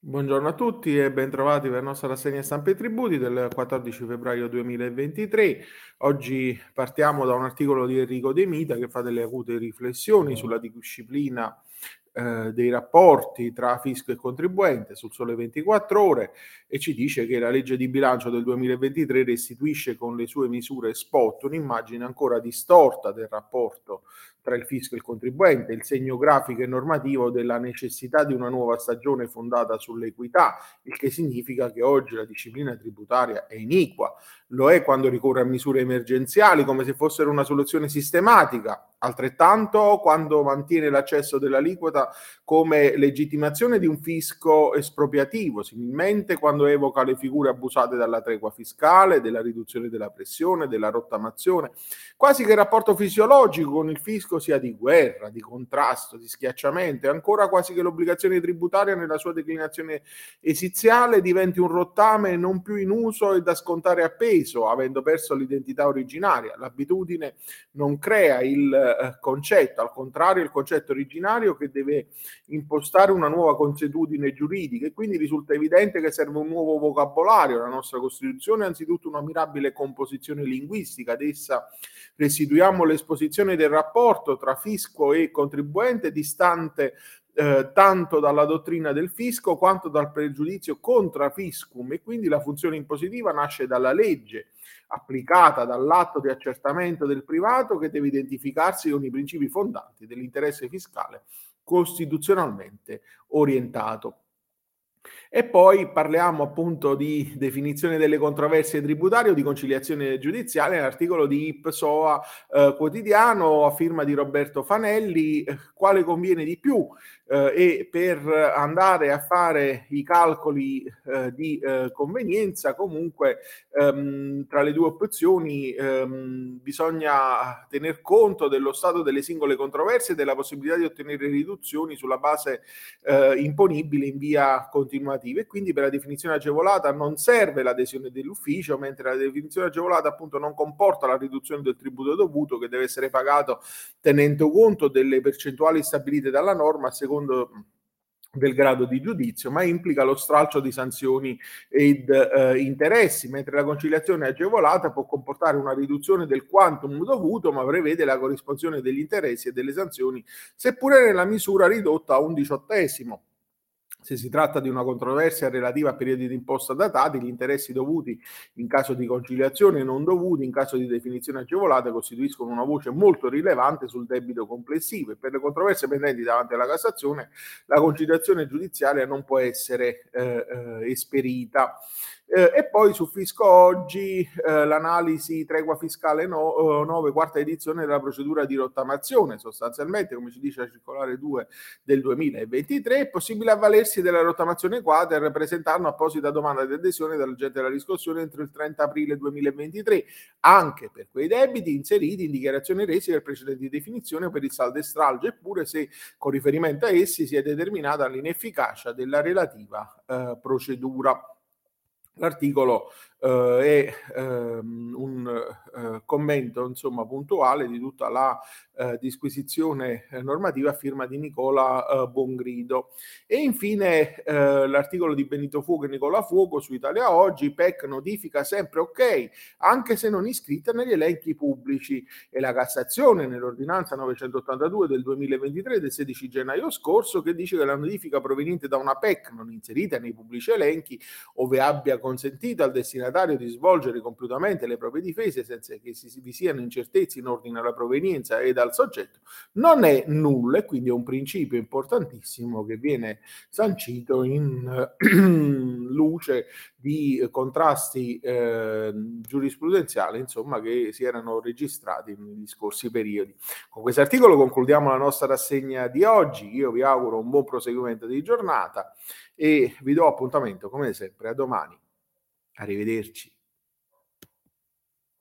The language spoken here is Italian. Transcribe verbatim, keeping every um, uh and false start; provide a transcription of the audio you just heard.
Buongiorno a tutti e bentrovati per la nostra rassegna stampa e tributi del quattordici febbraio duemilaventitré. Oggi partiamo da un articolo di Enrico De Mita che fa delle acute riflessioni sulla disciplina eh, dei rapporti tra fisco e contribuente sul Sole ventiquattro Ore e ci dice che la legge di bilancio del duemilaventitré restituisce con le sue misure spot un'immagine ancora distorta del rapporto tra il fisco e il contribuente, il segno grafico e normativo della necessità di una nuova stagione fondata sull'equità, il che significa che oggi la disciplina tributaria è iniqua. Lo è quando ricorre a misure emergenziali come se fossero una soluzione sistematica, altrettanto quando mantiene l'accesso dell'aliquota come legittimazione di un fisco espropriativo, similmente quando evoca le figure abusate dalla tregua fiscale, della riduzione della pressione, della rottamazione, quasi che il rapporto fisiologico con il fisco sia di guerra, di contrasto, di schiacciamento, e ancora quasi che l'obbligazione tributaria nella sua declinazione esiziale diventi un rottame non più in uso e da scontare a peso, avendo perso l'identità originaria. L'abitudine non crea il eh, concetto, al contrario il concetto originario che deve impostare una nuova consuetudine giuridica, e quindi risulta evidente che serve un nuovo vocabolario. La nostra Costituzione è anzitutto una mirabile composizione linguistica, ad essa restituiamo l'esposizione del rapporto tra fisco e contribuente distante eh, tanto dalla dottrina del fisco quanto dal pregiudizio contra fiscum, e quindi la funzione impositiva nasce dalla legge applicata dall'atto di accertamento del privato che deve identificarsi con i principi fondanti dell'interesse fiscale costituzionalmente orientato. E poi parliamo appunto di definizione delle controversie tributarie o di conciliazione giudiziale nell'articolo di Ipsoa eh, Quotidiano a firma di Roberto Fanelli, eh, quale conviene di più eh, e per andare a fare i calcoli eh, di eh, convenienza comunque ehm, tra le due opzioni ehm, bisogna tener conto dello stato delle singole controversie e della possibilità di ottenere riduzioni sulla base eh, imponibile in via continuativa, e quindi per la definizione agevolata non serve l'adesione dell'ufficio, mentre la definizione agevolata appunto non comporta la riduzione del tributo dovuto che deve essere pagato tenendo conto delle percentuali stabilite dalla norma a secondo del grado di giudizio, ma implica lo stralcio di sanzioni ed eh, interessi, mentre la conciliazione agevolata può comportare una riduzione del quantum dovuto, ma prevede la corrispondenza degli interessi e delle sanzioni, seppure nella misura ridotta a un diciottesimo. Se si tratta di una controversia relativa a periodi di imposta datati, gli interessi dovuti in caso di conciliazione e non dovuti in caso di definizione agevolata costituiscono una voce molto rilevante sul debito complessivo, e per le controversie pendenti davanti alla Cassazione la conciliazione giudiziaria non può essere eh, eh, esperita. Eh, e poi su Fisco Oggi eh, l'analisi tregua fiscale no, nove, quarta edizione della procedura di rottamazione. Sostanzialmente, come ci dice la circolare due del duemilaventitré, è possibile avvalersi della rottamazione quater presentando apposita domanda di adesione dall'agente della riscossione entro il trenta aprile duemilaventitré, anche per quei debiti inseriti in dichiarazione resi per precedenti definizioni o per il saldo e stralcio, eppure se con riferimento a essi si è determinata l'inefficacia della relativa eh, procedura. L'articolo eh, è ehm, un eh, commento insomma puntuale di tutta la eh, disquisizione eh, normativa a firma di Nicola eh, Bongrido. E infine eh, l'articolo di Benito Fuoco e Nicola Fuoco su Italia Oggi: P E C notifica sempre ok, anche se non iscritta negli elenchi pubblici, e la Cassazione nell'ordinanza novecentottantadue del duemilaventitré del sedici gennaio scorso che dice che la notifica proveniente da una P E C non inserita nei pubblici elenchi, ove abbia consentito al destinatario di svolgere compiutamente le proprie difese senza che vi siano incertezze in ordine alla provenienza ed al soggetto, non è nulla, e quindi è un principio importantissimo che viene sancito in luce di contrasti eh, giurisprudenziali insomma che si erano registrati negli scorsi periodi. Con questo articolo concludiamo la nostra rassegna di oggi. Io vi auguro un buon proseguimento di giornata e vi do appuntamento come sempre a domani. Arrivederci.